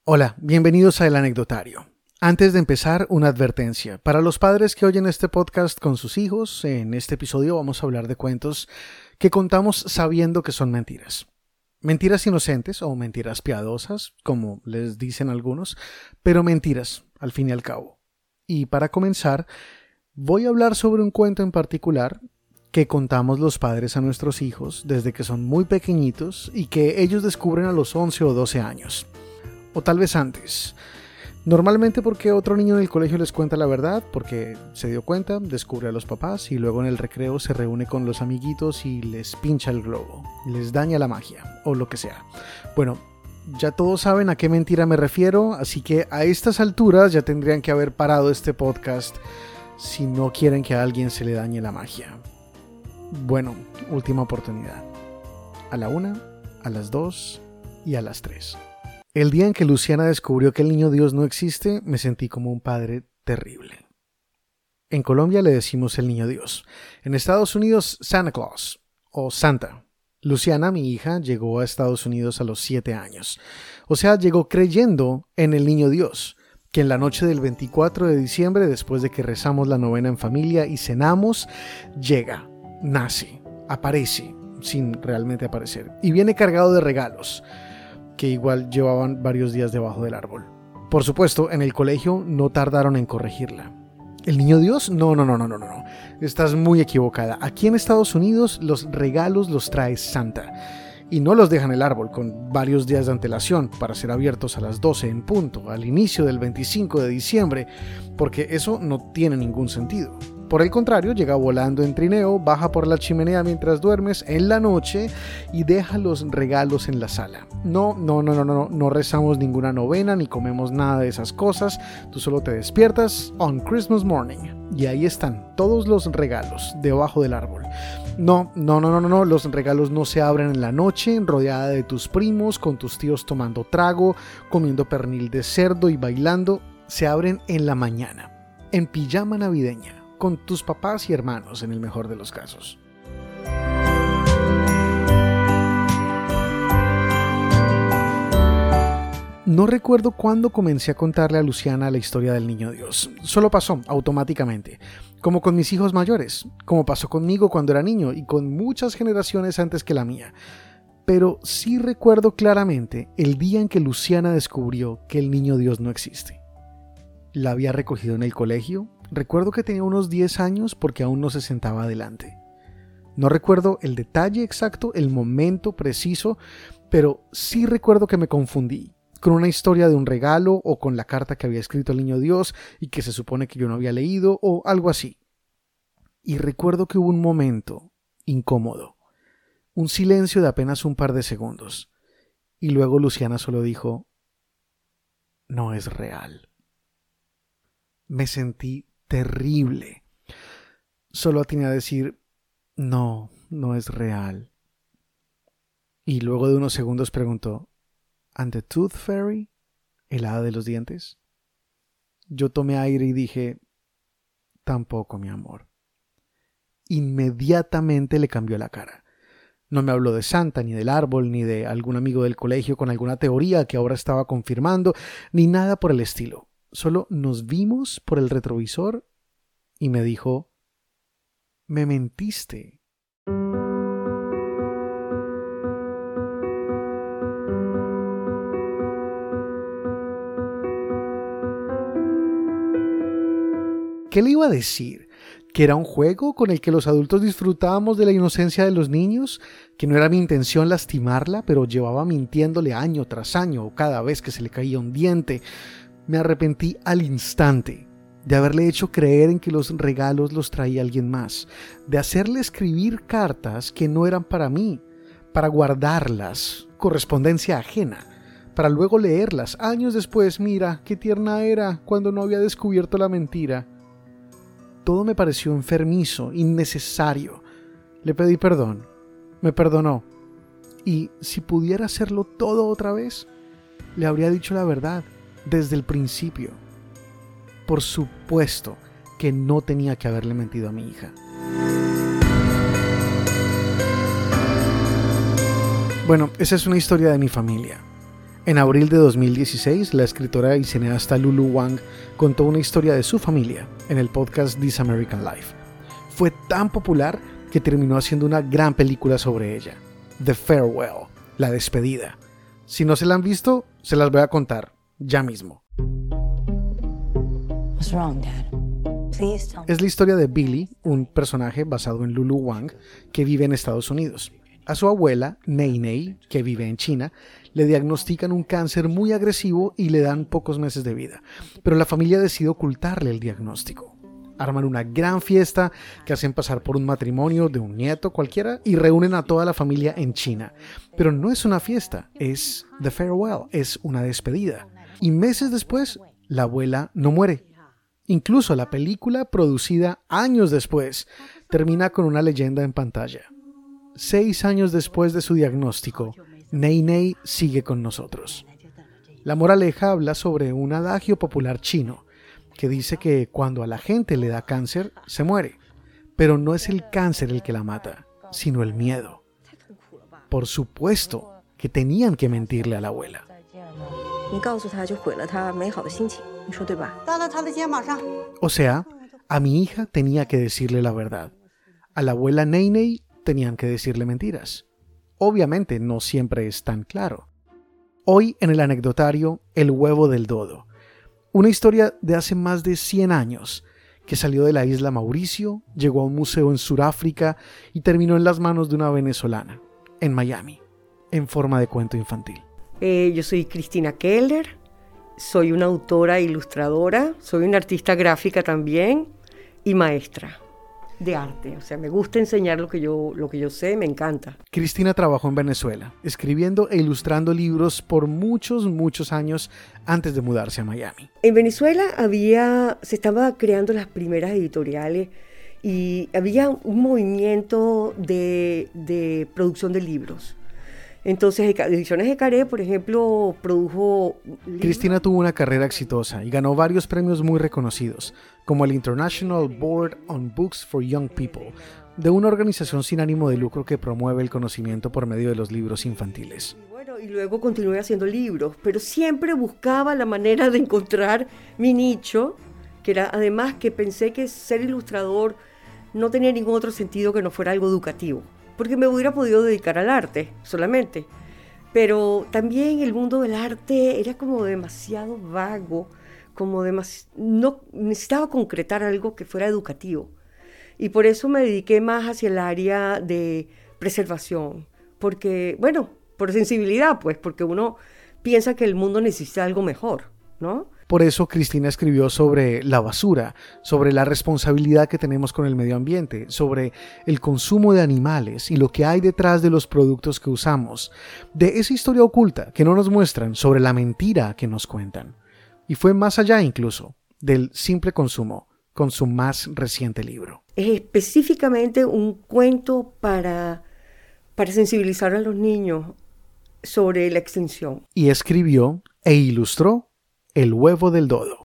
Hola, bienvenidos a El Anecdotario. Antes de empezar, una advertencia. Para los padres que oyen este podcast con sus hijos, en este episodio vamos a hablar de cuentos que contamos sabiendo que son mentiras. Mentiras inocentes o mentiras piadosas, como les dicen algunos, pero mentiras, al fin y al cabo. Y para comenzar, voy a hablar sobre un cuento en particular que contamos los padres a nuestros hijos desde que son muy pequeñitos y que ellos descubren a los 11 o 12 años. O tal vez antes. Normalmente porque otro niño en el colegio les cuenta la verdad, porque se dio cuenta, descubre a los papás y luego en el recreo se reúne con los amiguitos y les pincha el globo, les daña la magia o lo que sea. Bueno, ya todos saben a qué mentira me refiero, así que a estas alturas ya tendrían que haber parado este podcast si no quieren que a alguien se le dañe la magia. Bueno, última oportunidad. A la 1, a las 2 y a las 3. El día en que Luciana descubrió que el niño Dios no existe, me sentí como un padre terrible. En Colombia le decimos el niño Dios. En Estados Unidos, Santa Claus o Santa. Luciana, mi hija, llegó a Estados Unidos a los 7 años. O sea, llegó creyendo en el niño Dios, que en la noche del 24 de diciembre, después de que rezamos la novena en familia y cenamos, llega, nace, aparece, sin realmente aparecer, y viene cargado de regalos, que igual llevaban varios días debajo del árbol. Por supuesto, en el colegio no tardaron en corregirla. ¿El niño Dios? No. Estás muy equivocada. Aquí en Estados Unidos los regalos los trae Santa. Y no los deja en el árbol con varios días de antelación para ser abiertos a las 12 en punto, al inicio del 25 de diciembre, porque eso no tiene ningún sentido. Por el contrario, llega volando en trineo, baja por la chimenea mientras duermes en la noche y deja los regalos en la sala. No rezamos ninguna novena ni comemos nada de esas cosas. Tú solo te despiertas on Christmas morning y ahí están todos los regalos debajo del árbol. No, los regalos no se abren en la noche, rodeada de tus primos, con tus tíos tomando trago, comiendo pernil de cerdo y bailando. Se abren en la mañana, en pijama navideña, con tus papás y hermanos en el mejor de los casos. No recuerdo cuándo comencé a contarle a Luciana la historia del niño Dios. Solo pasó automáticamente, como con mis hijos mayores, como pasó conmigo cuando era niño y con muchas generaciones antes que la mía. Pero sí recuerdo claramente el día en que Luciana descubrió que el niño Dios no existe. La había recogido en el colegio. Recuerdo que tenía unos 10 años porque aún no se sentaba adelante. No recuerdo el detalle exacto, el momento preciso, pero sí recuerdo que me confundí con una historia de un regalo o con la carta que había escrito el niño Dios y que se supone que yo no había leído o algo así. Y recuerdo que hubo un momento incómodo, un silencio de apenas un par de segundos, y luego Luciana solo dijo: no es real. Me sentí terrible. Solo atiné a decir: no es real. Y luego de unos segundos preguntó: ¿And the Tooth Fairy? ¿El hada de los dientes? Yo tomé aire y dije: tampoco, mi amor. Inmediatamente le cambió la cara. No me habló de Santa, ni del árbol, ni de algún amigo del colegio con alguna teoría que ahora estaba confirmando, ni nada por el estilo. Solo nos vimos por el retrovisor y me dijo: me mentiste. ¿Qué le iba a decir? ¿Que era un juego con el que los adultos disfrutábamos de la inocencia de los niños? ¿Que no era mi intención lastimarla, pero llevaba mintiéndole año tras año cada vez que se le caía un diente? Me arrepentí al instante de haberle hecho creer en que los regalos los traía alguien más, de hacerle escribir cartas que no eran para mí, para guardarlas, correspondencia ajena, para luego leerlas años después. Mira, qué tierna era cuando no había descubierto la mentira. Todo me pareció enfermizo, innecesario. Le pedí perdón, me perdonó, y si pudiera hacerlo todo otra vez, le habría dicho la verdad desde el principio. Por supuesto que no tenía que haberle mentido a mi hija. Bueno, esa es una historia de mi familia. En abril de 2016, la escritora y cineasta Lulu Wang contó una historia de su familia en el podcast This American Life. Fue tan popular que terminó haciendo una gran película sobre ella, The Farewell, la despedida. Si no se la han visto, se las voy a contar ya mismo. What's wrong, Dad? Please tell me. Es la historia de Billy, un personaje basado en Lulu Wang, que vive en Estados Unidos. A su abuela, Nei Nei, que vive en China, le diagnostican un cáncer muy agresivo y le dan pocos meses de vida. Pero la familia decide ocultarle el diagnóstico. Arman una gran fiesta que hacen pasar por un matrimonio de un nieto cualquiera y reúnen a toda la familia en China. Pero no es una fiesta, es The Farewell, es una despedida. Y meses después, la abuela no muere. Incluso la película, producida años después, termina con una leyenda en pantalla. 6 años después de su diagnóstico, Nei Nei sigue con nosotros. La moraleja habla sobre un adagio popular chino que dice que cuando a la gente le da cáncer, se muere. Pero no es el cáncer el que la mata, sino el miedo. Por supuesto que tenían que mentirle a la abuela. O sea, a mi hija tenía que decirle la verdad. A la abuela Nei Nei tenían que decirle mentiras. Obviamente no siempre es tan claro. Hoy en el anecdotario, El huevo del dodo. Una historia de hace más de 100 años, que salió de la isla Mauricio, llegó a un museo en Sudáfrica y terminó en las manos de una venezolana, en Miami, en forma de cuento infantil. Yo soy Cristina Keller, soy una autora e ilustradora, soy una artista gráfica también y maestra de arte. O sea, me gusta enseñar lo que yo sé, me encanta. Cristina trabajó en Venezuela, escribiendo e ilustrando libros por muchos años antes de mudarse a Miami. En Venezuela se estaban creando las primeras editoriales y había un movimiento de producción de libros. Entonces, Ediciones Ecaré, por ejemplo, produjo libros. Cristina tuvo una carrera exitosa y ganó varios premios muy reconocidos, como el International Board on Books for Young People, de una organización sin ánimo de lucro que promueve el conocimiento por medio de los libros infantiles. Y luego continué haciendo libros, pero siempre buscaba la manera de encontrar mi nicho, que era además que pensé que ser ilustrador no tenía ningún otro sentido que no fuera algo educativo, porque me hubiera podido dedicar al arte solamente. Pero también el mundo del arte era como demasiado vago, no necesitaba concretar algo que fuera educativo. Y por eso me dediqué más hacia el área de preservación, porque, bueno, por sensibilidad, pues, porque uno piensa que el mundo necesita algo mejor, ¿no? Por eso Cristina escribió sobre la basura, sobre la responsabilidad que tenemos con el medio ambiente, sobre el consumo de animales y lo que hay detrás de los productos que usamos, de esa historia oculta que no nos muestran, sobre la mentira que nos cuentan. Y fue más allá incluso del simple consumo, con su más reciente libro. Es específicamente un cuento para sensibilizar a los niños sobre la extinción. Y escribió e ilustró El huevo del dodo.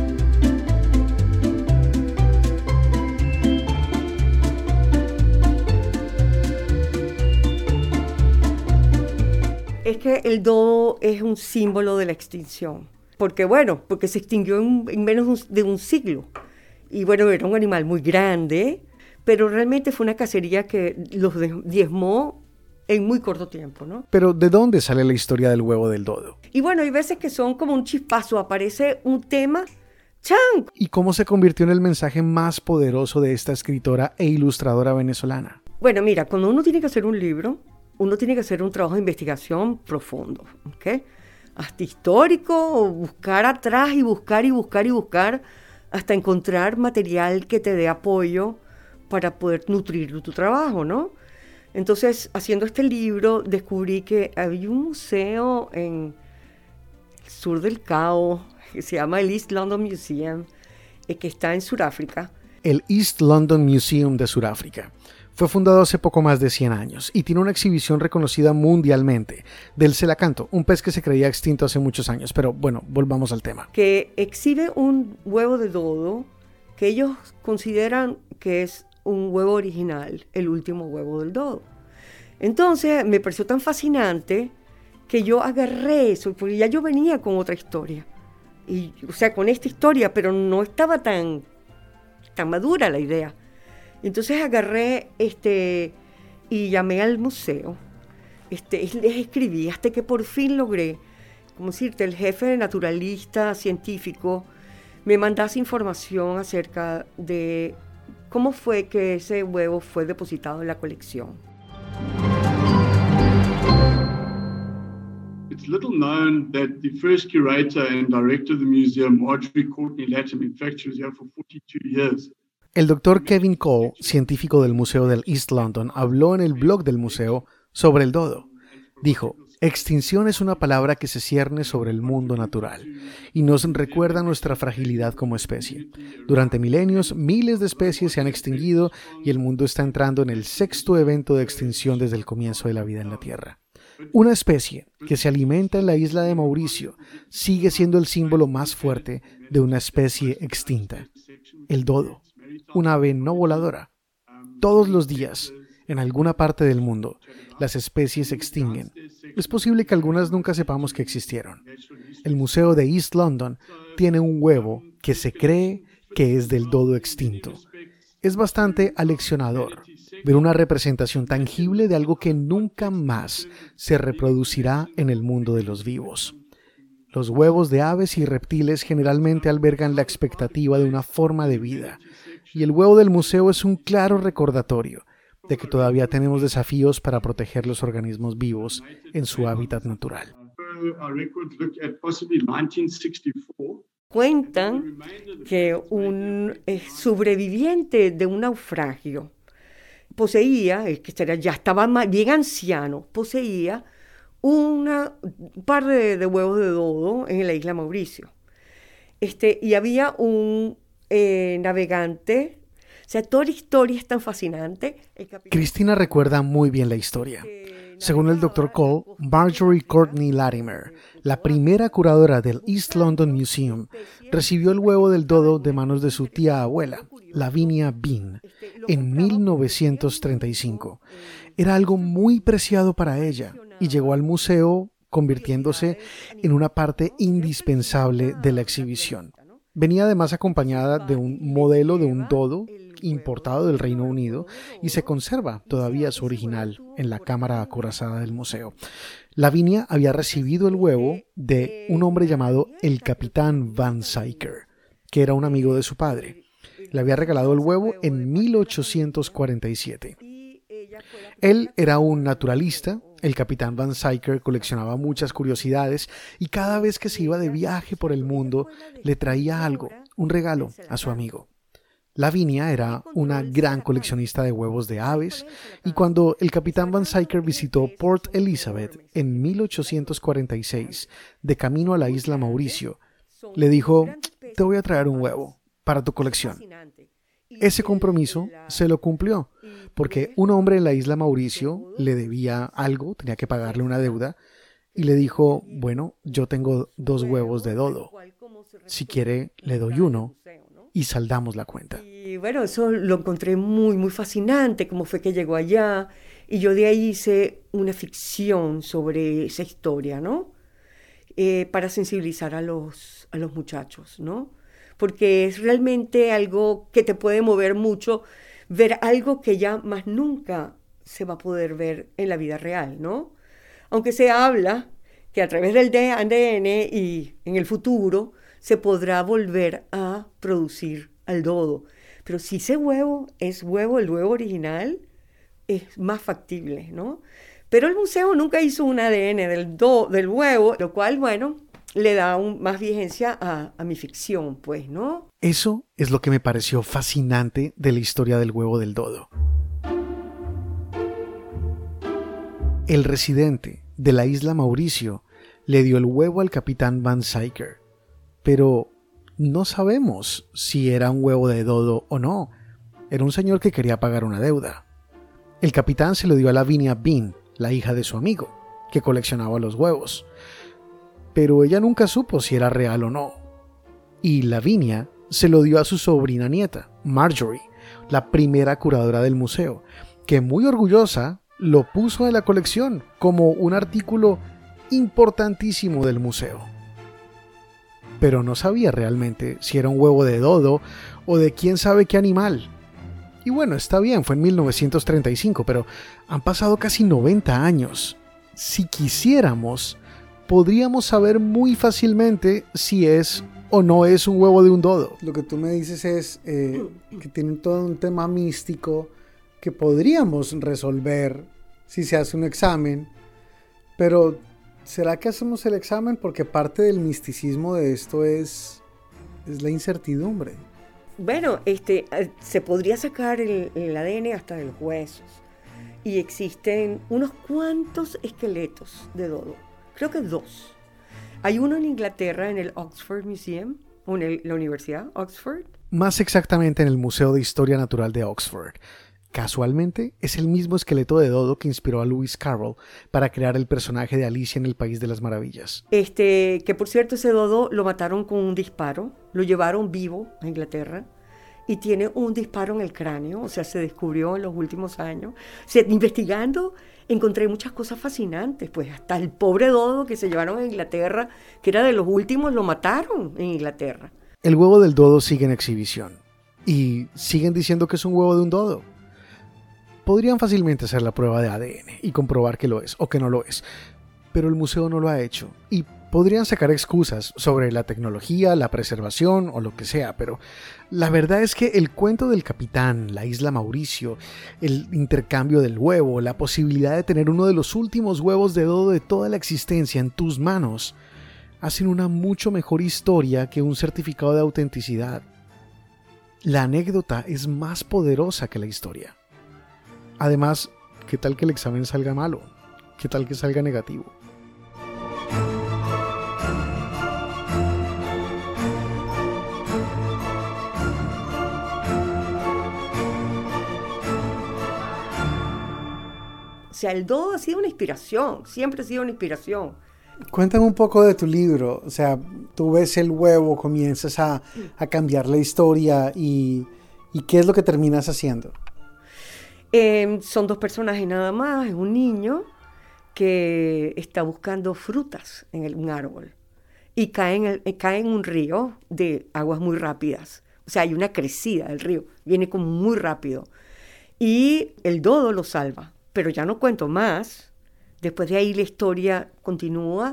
Es que el dodo es un símbolo de la extinción. Porque se extinguió en menos de un siglo. Y bueno, era un animal muy grande, pero realmente fue una cacería que los diezmó en muy corto tiempo, ¿no? Pero ¿de dónde sale la historia del huevo del dodo? Y bueno, hay veces que son como un chispazo, aparece un tema, ¡chan! ¿Y cómo se convirtió en el mensaje más poderoso de esta escritora e ilustradora venezolana? Bueno, mira, cuando uno tiene que hacer un libro, uno tiene que hacer un trabajo de investigación profundo, ¿ok? Hasta histórico, o buscar atrás y buscar hasta encontrar material que te dé apoyo para poder nutrir tu trabajo, ¿no? Entonces, haciendo este libro, descubrí que había un museo en el sur del Cabo, que se llama el East London Museum, que está en Sudáfrica. El East London Museum de Sudáfrica. Fue fundado hace poco más de 100 años y tiene una exhibición reconocida mundialmente del celacanto, un pez que se creía extinto hace muchos años. Pero bueno, volvamos al tema. Que exhibe un huevo de dodo que ellos consideran que es un huevo original, el último huevo del dodo. Entonces me pareció tan fascinante que yo agarré eso, porque ya yo venía con otra historia. Y, o sea, con esta historia, pero no estaba tan madura la idea. Entonces agarré y llamé al museo. Les escribí hasta que por fin logré, como decirte, el jefe naturalista, científico, me mandase información acerca de cómo fue que ese huevo fue depositado en la colección. It's little known that the first curator and director of the museum, Marjorie Courtney Latham, in fact, she was here for 42 years. El doctor Kevin Cole, científico del Museo del East London, habló en el blog del museo sobre el dodo. Dijo: extinción es una palabra que se cierne sobre el mundo natural y nos recuerda nuestra fragilidad como especie. Durante milenios, miles de especies se han extinguido y el mundo está entrando en el 6º evento de extinción desde el comienzo de la vida en la Tierra. Una especie que se alimenta en la isla de Mauricio sigue siendo el símbolo más fuerte de una especie extinta: el dodo, una ave no voladora. Todos los días, en alguna parte del mundo, las especies se extinguen. Es posible que algunas nunca sepamos que existieron. El Museo de East London tiene un huevo que se cree que es del dodo extinto. Es bastante aleccionador ver una representación tangible de algo que nunca más se reproducirá en el mundo de los vivos. Los huevos de aves y reptiles generalmente albergan la expectativa de una forma de vida, y el huevo del museo es un claro recordatorio de que todavía tenemos desafíos para proteger los organismos vivos en su hábitat natural. Cuentan que un sobreviviente de un naufragio poseía, ya estaba bien anciano, poseía un par de huevos de dodo en la isla Mauricio. Y había un navegante. O sea, toda la historia es tan fascinante. Cristina recuerda muy bien la historia. Según el Dr. Cole, Marjorie Courtney Latimer, la primera curadora del East London Museum, recibió el huevo del dodo de manos de su tía abuela, Lavinia Bean, en 1935. Era algo muy preciado para ella y llegó al museo convirtiéndose en una parte indispensable de la exhibición. Venía además acompañada de un modelo de un dodo importado del Reino Unido y se conserva todavía su original en la cámara acorazada del museo. Lavinia había recibido el huevo de un hombre llamado el Capitán Van Sicker, que era un amigo de su padre. Le había regalado el huevo en 1847. Él era un naturalista. El Capitán Van Sicker coleccionaba muchas curiosidades y cada vez que se iba de viaje por el mundo le traía algo, un regalo a su amigo. Lavinia era una gran coleccionista de huevos de aves y cuando el Capitán Van Sicker visitó Port Elizabeth en 1846, de camino a la isla Mauricio, le dijo: te voy a traer un huevo para tu colección. Ese compromiso se lo cumplió, porque un hombre en la isla Mauricio le debía algo, tenía que pagarle una deuda, y le dijo: bueno, yo tengo 2 huevos de dodo, si quiere le doy uno y saldamos la cuenta. Y bueno, eso lo encontré muy, muy fascinante, cómo fue que llegó allá, y yo de ahí hice una ficción sobre esa historia, ¿no? Para sensibilizar a los muchachos, ¿no? Porque es realmente algo que te puede mover mucho, ver algo que ya más nunca se va a poder ver en la vida real, ¿no? Aunque se habla que a través del ADN y en el futuro se podrá volver a producir al dodo. Pero si ese huevo es huevo, el huevo original, es más factible, ¿no? Pero el museo nunca hizo un ADN del huevo, lo cual, bueno, le da más vigencia a mi ficción, pues, ¿no? Eso es lo que me pareció fascinante de la historia del huevo del dodo. El residente de la isla Mauricio le dio el huevo al Capitán Van Sicker, pero no sabemos si era un huevo de dodo o no. Era un señor que quería pagar una deuda. El capitán se lo dio a Lavinia Bean, la hija de su amigo, que coleccionaba los huevos. Pero ella nunca supo si era real o no. Y Lavinia se lo dio a su sobrina nieta, Marjorie, la primera curadora del museo, que muy orgullosa lo puso en la colección como un artículo importantísimo del museo. Pero no sabía realmente si era un huevo de dodo o de quién sabe qué animal. Y bueno, está bien, fue en 1935, pero han pasado casi 90 años. Si quisiéramos, podríamos saber muy fácilmente si es o no es un huevo de un dodo. Lo que tú me dices es que tiene todo un tema místico que podríamos resolver si se hace un examen, pero ¿será que hacemos el examen? Porque parte del misticismo de esto es la incertidumbre. Bueno, se podría sacar el ADN hasta de los huesos y existen unos cuantos esqueletos de dodo, creo que 2. Hay uno en Inglaterra, en el Oxford Museum, o en la Universidad Oxford. Más exactamente en el Museo de Historia Natural de Oxford. Casualmente, es el mismo esqueleto de dodo que inspiró a Lewis Carroll para crear el personaje de Alicia en el País de las Maravillas. Que por cierto, ese dodo lo mataron con un disparo, lo llevaron vivo a Inglaterra y tiene un disparo en el cráneo, o sea, se descubrió en los últimos años. O sea, investigando, encontré muchas cosas fascinantes, pues hasta el pobre dodo que se llevaron a Inglaterra, que era de los últimos, lo mataron en Inglaterra. El huevo del dodo sigue en exhibición y siguen diciendo que es un huevo de un dodo. Podrían fácilmente hacer la prueba de ADN y comprobar que lo es o que no lo es, pero el museo no lo ha hecho y podrían sacar excusas sobre la tecnología, la preservación o lo que sea, pero la verdad es que el cuento del capitán, la isla Mauricio, el intercambio del huevo, la posibilidad de tener uno de los últimos huevos de dodo de toda la existencia en tus manos, hacen una mucho mejor historia que un certificado de autenticidad. La anécdota es más poderosa que la historia. Además, ¿qué tal que el examen salga malo? ¿Qué tal que salga negativo? O sea, el dodo ha sido una inspiración, siempre ha sido una inspiración. Cuéntame un poco de tu libro. O sea, tú ves el huevo, comienzas a cambiar la historia y ¿qué es lo que terminas haciendo? Son 2 personajes nada más, es un niño que está buscando frutas en un árbol y cae en un río de aguas muy rápidas. O sea, hay una crecida del río, viene como muy rápido. Y el dodo lo salva, pero ya no cuento más. Después de ahí la historia continúa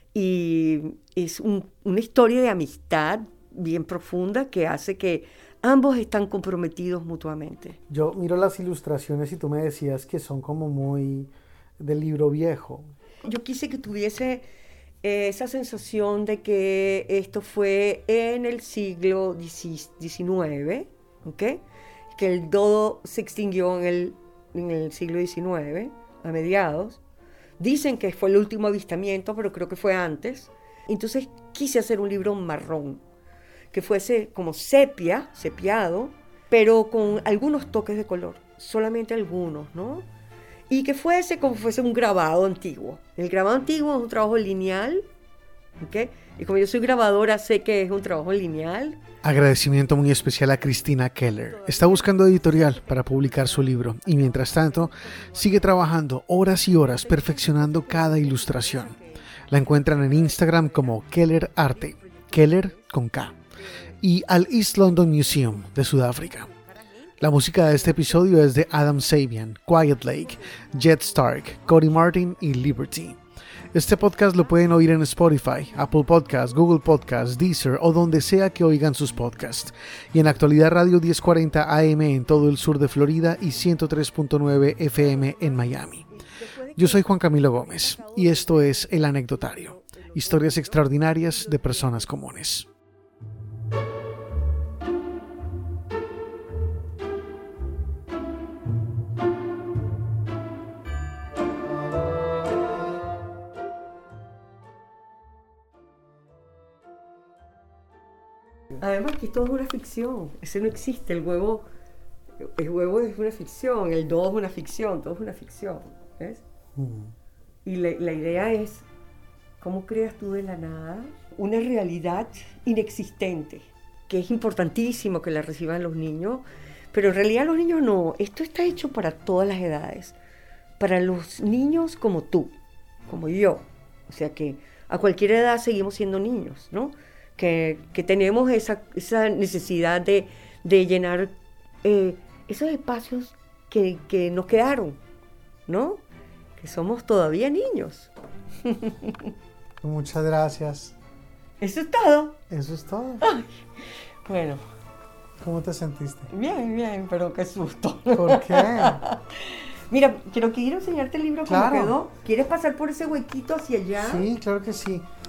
y es una historia de amistad bien profunda que hace que ambos están comprometidos mutuamente. Yo miro las ilustraciones y tú me decías que son como muy del libro viejo. Yo quise que tuviese esa sensación de que esto fue en el siglo XIX, ¿ok? Que el dodo se extinguió en el siglo XIX, a mediados. Dicen que fue el último avistamiento, pero creo que fue antes. Entonces quise hacer un libro marrón, que fuese como sepiado, pero con algunos toques de color, solamente algunos, ¿no? Y que fuese como fuese un grabado antiguo. El grabado antiguo es un trabajo lineal, ¿ok? Y como yo soy grabadora, sé que es un trabajo lineal. Agradecimiento muy especial a Cristina Keller. Está buscando editorial para publicar su libro y mientras tanto sigue trabajando horas y horas perfeccionando cada ilustración. La encuentran en Instagram como Keller Arte, Keller con K, y al East London Museum de Sudáfrica. La música de este episodio es de Adam Sabian, Quiet Lake, Jet Stark, Cody Martin y Liberty. Este podcast lo pueden oír en Spotify, Apple Podcasts, Google Podcasts, Deezer o donde sea que oigan sus podcasts. Y en Actualidad Radio 1040 AM en todo el sur de Florida y 103.9 FM en Miami. Yo soy Juan Camilo Gómez y esto es El Anecdotario. Historias extraordinarias de personas comunes. Además que todo es una ficción, ese no existe, el huevo es una ficción, el dodo es una ficción, todo es una ficción, ¿ves? Y la idea es, ¿cómo creas tú de la nada una realidad inexistente? Que es importantísimo que la reciban los niños, pero en realidad los niños no, esto está hecho para todas las edades, para los niños como tú, como yo, O sea que a cualquier edad seguimos siendo niños, ¿no? Que tenemos esa necesidad de llenar esos espacios que nos quedaron, ¿no? Que somos todavía niños. Muchas gracias. Eso es todo. Eso es todo. Ay, bueno, ¿Cómo te sentiste? bien, pero qué susto. ¿Por qué? Mira, quiero enseñarte el libro como Claro. quedó. ¿Quieres pasar por ese huequito hacia allá? Sí, claro que sí.